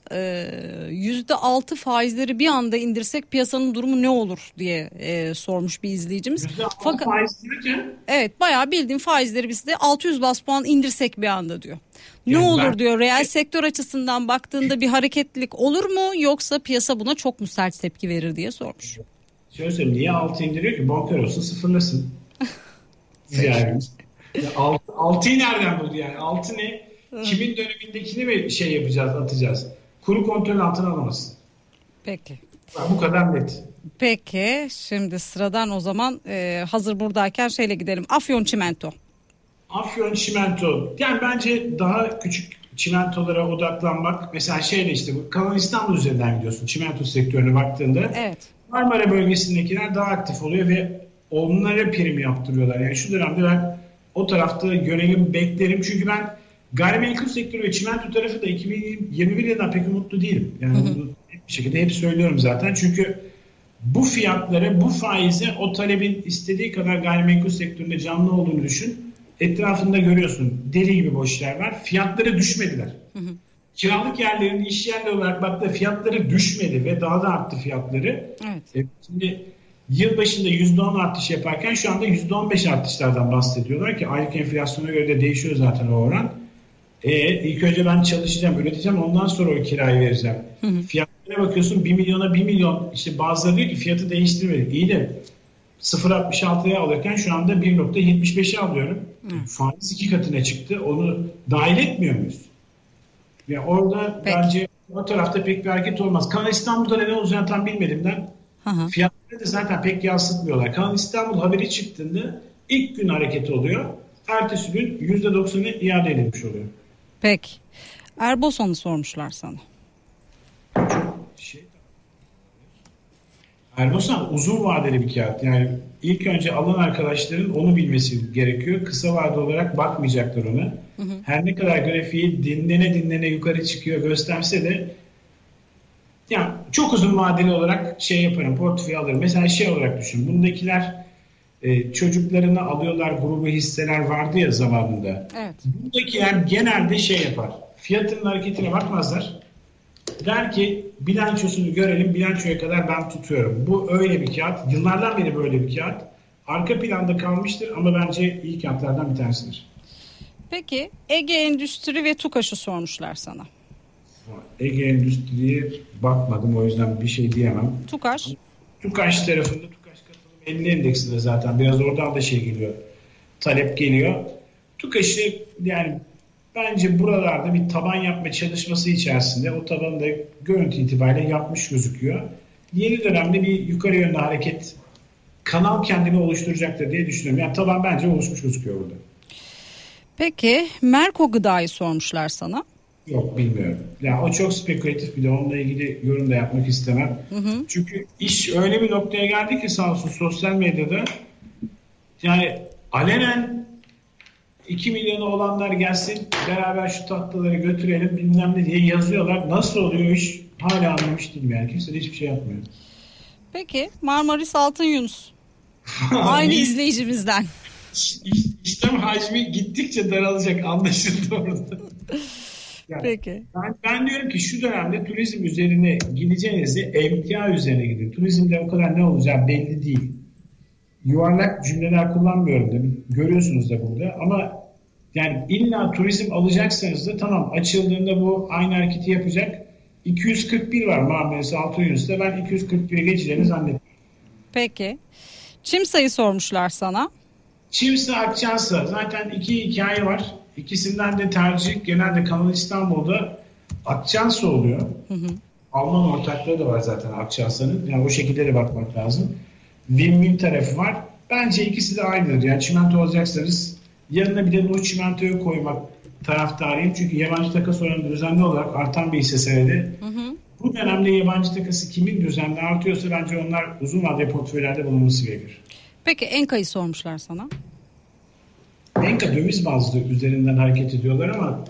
S1: Yüzde altı faizleri bir anda indirsek piyasanın durumu ne olur diye e, sormuş bir izleyicimiz.
S2: yüzde altı
S1: Fakat
S2: faiz derken?
S1: Evet, bayağı bildiğin faizleri biz de altı yüz bas puan indirsek bir anda diyor. Ne
S2: Yani
S1: olur
S2: ben...
S1: diyor. Reel sektör açısından baktığında bir hareketlilik olur mu yoksa piyasa buna çok mu sert tepki verir diye sormuş.
S2: Şöyle söyleyeyim, niye altı indiriyor ki? Bonkör olsun, sıfırlasın. yani altı, altıyı nereden buldu yani? Altı ne? Kimin dönemindekini mi şey yapacağız, atacağız? Kuru kontrol altına alamazsın.
S1: Peki.
S2: Bu kadar net.
S1: Peki şimdi sıradan o zaman e, hazır buradayken şeyle gidelim. Afyon Çimento.
S2: Afyon Çimento. Yani bence daha küçük çimentolara odaklanmak. Mesela şeyle işte bu Kanal İstanbul üzerinden gidiyorsun çimento sektörüne baktığında.
S1: Evet.
S2: Marmara bölgesindekiler daha aktif oluyor ve onlara prim yaptırıyorlar. Yani şu dönemde ben o tarafta görelim, beklerim. Çünkü ben gayrimenkul sektörü ve çimento tarafı da iki bin yirmi bir yılından pek umutlu değilim. Yani hı hı. Bunu bir şekilde hep söylüyorum zaten. Çünkü bu fiyatlara, bu faize o talebin istediği kadar gayrimenkul sektöründe canlı olduğunu düşün. Etrafında görüyorsun deli gibi boş yer var. Fiyatları düşmediler. Hı hı. Kiralık yerlerin iş yerleri olarak baktığında fiyatları düşmedi ve daha da arttı fiyatları. Evet. Şimdi yıl başında yüzde on artış yaparken şu anda yüzde on beş artışlardan bahsediyorlar ki aylık enflasyona göre de değişiyor zaten o oran. E, ilk önce ben çalışacağım, üreteceğim, ondan sonra o kirayı vereceğim. Hı hı. Fiyatlara bakıyorsun bir milyona bir milyon, işte bazıları diyor ki fiyatı değiştirmedik. İyi de sıfır virgül altmış altıya alırken şu anda bir virgül yetmiş beşe alıyorum. Hı. Faiz iki katına çıktı. Onu dahil etmiyor muyuz? Yani orada Peki. bence o tarafta pek bir hareket olmaz. Kanal İstanbul'da neden olacağını tam bilmediğimden hı. fiyatları da zaten pek yansıtmıyorlar. Kanal İstanbul haberi çıktığında ilk gün hareketi oluyor. Ertesi gün yüzde doksanı iade edilmiş oluyor.
S1: Peki. Erbosan'ı sormuşlar sana.
S2: Şey, Erbosan uzun vadeli bir kağıt. Yani ilk önce alan arkadaşların onu bilmesi gerekiyor. Kısa vade olarak bakmayacaklar ona. Hı hı. Her ne kadar grafiği dinlene dinlene yukarı çıkıyor gösterse de yani çok uzun vadeli olarak şey yaparım, portföy alırım. Mesela şey olarak düşün. Bundakiler e, çocuklarını alıyorlar, grubu hisseler vardı ya zamanında. Evet. Bundakiler genelde şey yapar. Fiyatının hareketine bakmazlar. Der ki bilançosunu görelim, bilançoya kadar ben tutuyorum. Bu öyle bir kağıt. Yıllardan beri böyle bir kağıt. Arka planda kalmıştır ama bence iyi kağıtlardan bir tanesidir.
S1: Peki Ege Endüstri ve TUKAŞ'ı sormuşlar sana.
S2: Ege Endüstri'ye bakmadım, o yüzden bir şey diyemem.
S1: TUKAŞ?
S2: TUKAŞ tarafında, TUKAŞ katılım elli endeksinde zaten biraz oradan da şey geliyor. Talep geliyor. TUKAŞ'ı yani bence buralarda bir taban yapma çalışması içerisinde o tabanı da görüntü itibariyle yapmış gözüküyor. Yeni dönemde bir yukarı yönlü hareket kanal kendini oluşturacaktır diye düşünüyorum. Yani taban bence oluşmuş gözüküyor burada.
S1: Peki Merko Gıda'yı sormuşlar sana.
S2: Yok, bilmiyorum. Yani o çok spekülatif, bir de onunla ilgili yorum da yapmak istemem. Hı hı. Çünkü iş öyle bir noktaya geldi ki sağ olsun sosyal medyada, yani alenen iki milyonu olanlar gelsin beraber şu tatlıları götürelim bilmem ne diye yazıyorlar. Nasıl oluyor iş hala anlamış değilim yani. Kimse de hiçbir şey yapmıyor.
S1: Peki Marmaris Altın Yunus. Aynı izleyicimizden.
S2: İş, işlem hacmi gittikçe daralacak, anlaşıldı orada. Yani
S1: Peki.
S2: Ben, ben diyorum ki şu dönemde turizm üzerine gideceğinizi emtia üzerine gidin. Turizmde o kadar ne olacağı belli değil. Yuvarlak cümleler kullanmıyorum da görüyorsunuz da burada, ama yani illa turizm alacaksanız da tamam, açıldığında bu aynı hareketi yapacak. iki yüz kırk bir var Marmaris Altın Yunus'ta, ben iki yüz kırk bire geçeceğini zannetmiyorum.
S1: Peki. Çimsa'yı sormuşlar sana.
S2: Çimsa, Akçansa zaten iki hikaye var. İkisinden de tercih genelde Kanal İstanbul'da Akçansa oluyor. Hı hı. Alman ortaklığı da var zaten Akçansa'nın. Yani o şekilde de bakmak lazım. Win-win tarafı var. Bence ikisi de aynıdır. Yani çimento alacaksanız yanına bir de Nur Çimento'yu koymak taraftarıyım. Çünkü yabancı takas oranı düzenli olarak artan bir hisse senedi. Hı hı. Bu dönemde yabancı takası kimin düzenli artıyorsa bence onlar uzun vadeli portföylerde bulunması gerekir.
S1: Peki Enka'yı sormuşlar sana.
S2: Enka döviz bazlı üzerinden hareket ediyorlar ama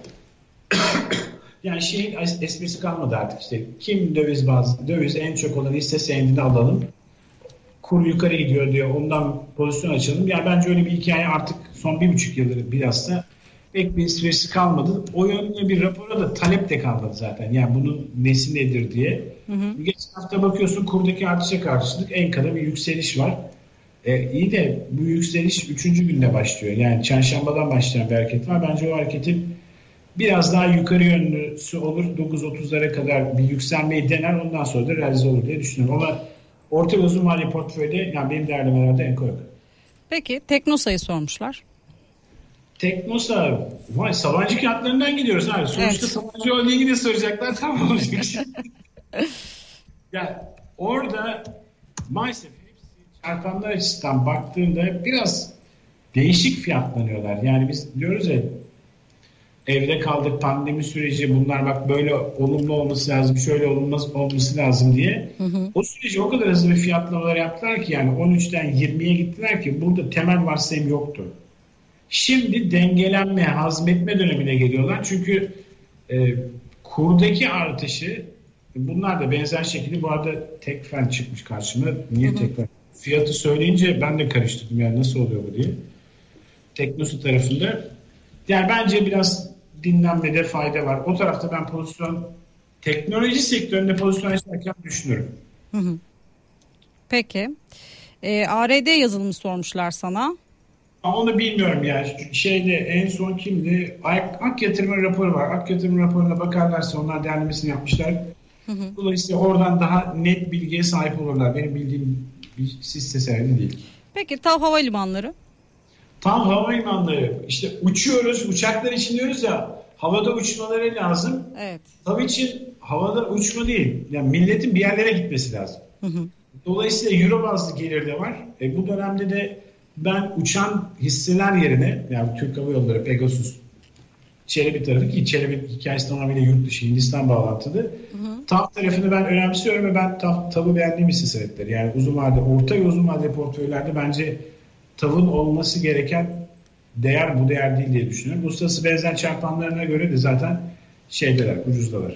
S2: yani şeyin esprisi kalmadı artık, işte kim döviz bazlı, döviz en çok olan hisse senedini alalım, kur yukarı gidiyor diyor, ondan pozisyon açalım. Yani bence öyle bir hikaye artık son bir buçuk yıldır biraz da pek bir esprisi kalmadı. O yönde bir rapora da talep de kalmadı zaten. Yani bunun nesi nedir diye. Hı hı. Geçen hafta bakıyorsun kurdaki artışa karşılık Enka'da bir yükseliş var. E, iyi de bu yükseliş üçüncü günde başlıyor. Yani çarşambadan başlayan bir hareket var. Bence o hareketin biraz daha yukarı yönlüsü olur. dokuz otuzlara kadar bir yükselmeyi dener. Ondan sonra da realize olur diye düşünüyorum. Ama orta ve uzun vadeli portföyde yani benim değerlemelerde Enka yok.
S1: Peki Teknosa'yı sormuşlar.
S2: Teknosa, vay Sabancı kağıtlarından gidiyoruz abi. Sonuçta evet. Sabancı Holding'i de soracaklar, tamam olacak. Yani orada maalesef çarpanlar açısından baktığında biraz değişik fiyatlanıyorlar. Yani biz diyoruz ya, evde kaldık, pandemi süreci, bunlar bak böyle olumlu olması lazım, şöyle olumlu olması lazım diye. Hı hı. O süreci o kadar hızlı bir fiyatlamalar yaptılar ki, yani on üçten yirmiye gittiler ki burada temel varsayım yoktu. Şimdi dengelenme, hazmetme dönemine geliyorlar. Çünkü e, kurdaki artışı, bunlar da benzer şekilde, bu arada Tekfen çıkmış karşıma. Niye Tekfen? Fiyatı söyleyince ben de karıştırdım, yani nasıl oluyor bu diye. Teknosu tarafında. Yani bence biraz dinlenmede fayda var. O tarafta ben pozisyon, teknoloji sektöründe pozisyon açarken düşünürüm. Hı hı.
S1: Peki. E, A R D yazılımı sormuşlar sana.
S2: Onu bilmiyorum yani. Şeyde en son kimdi? Ak, Ak Yatırım'ın raporu var. Ak Yatırım raporuna bakarlarsa onlar değerlemesini yapmışlar. Hı hı. Dolayısıyla oradan daha net bilgiye sahip olurlar. Benim bildiğim bir hisse senedi değil.
S1: Peki TAV Havalimanları?
S2: TAV Havalimanları. İşte uçuyoruz. Uçaklar için diyoruz ya, havada uçmaları lazım.
S1: Evet.
S2: TAV için havada uçma değil. Yani milletin bir yerlere gitmesi lazım. Hı hı. Dolayısıyla euro bazlı gelir de var. E, bu dönemde de ben uçan hisseler yerine, yani Türk Hava Yolları, Pegasus, Çelebi tarafı, ki Çelebi hikayesi tamamıyla yurt dışı, Hindistan bağlantılı. Hı hı. TAV tarafını ben önemsiyorum ve ben TAV, TAV'ı beğendiğim hisse senetleri. Yani uzun vadeli, orta ve uzun vadeli portföylerde bence TAV'ın olması gereken değer bu değer değil diye düşünüyorum. Uluslararası benzer çarpanlarına göre de zaten şeydeler, ucuzdalar.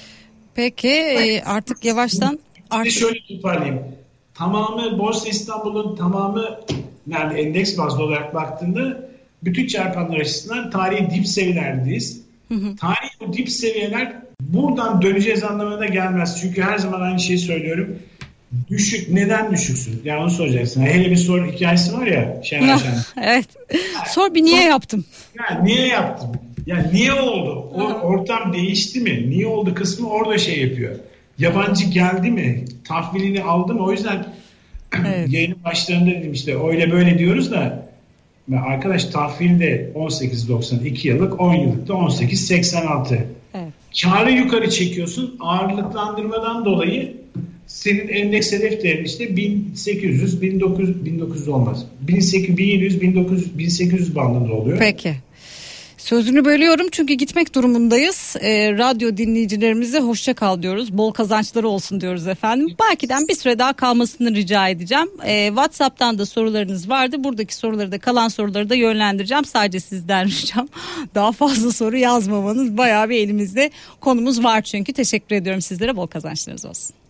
S1: Peki e, artık yavaştan...
S2: Artık... Şöyle toparlayayım. Tamamı Borsa İstanbul'un tamamı, yani endeks bazlı olarak baktığında bütün çarpanlar açısından tarihi dip seviyelerdeyiz. Hı hı. Tarihi bu dip seviyeler buradan döneceğiz anlamına gelmez. Çünkü her zaman aynı şeyi söylüyorum. Düşük. Neden düşüksün? Yani onu soracaksın. Hele bir soru hikayesi var ya. Şener Şener.
S1: Evet. Yani, sor bir niye sor, yaptım?
S2: Yani niye yaptım? Yani niye oldu? O, ortam değişti mi? Niye oldu kısmı orada şey yapıyor. Yabancı geldi mi? Tahvilini aldı mı? O yüzden evet. Yayının başlarında dedim işte öyle böyle diyoruz da arkadaş, tahvil de on sekiz doksan iki yıllık, on yıllık da on sekiz seksen altı. Evet. Kârı yukarı çekiyorsun. Ağırlıklandırmadan dolayı senin endeks hedef değerin işte bin sekiz yüz, bin dokuz yüz, bin dokuz yüz olmaz. bin sekiz yüz, bin yedi yüz, bin dokuz yüz, bin sekiz yüz bandında oluyor.
S1: Peki. Sözünü bölüyorum çünkü gitmek durumundayız. E, radyo dinleyicilerimize hoşça kal diyoruz. Bol kazançları olsun diyoruz efendim. Baki'den bir süre daha kalmasını rica edeceğim. E, WhatsApp'tan da sorularınız vardı. Buradaki soruları da kalan soruları da yönlendireceğim. Sadece sizden ricam daha fazla soru yazmamanız. Bayağı bir elimizde konumuz var çünkü. Teşekkür ediyorum sizlere. Bol kazançlarınız olsun.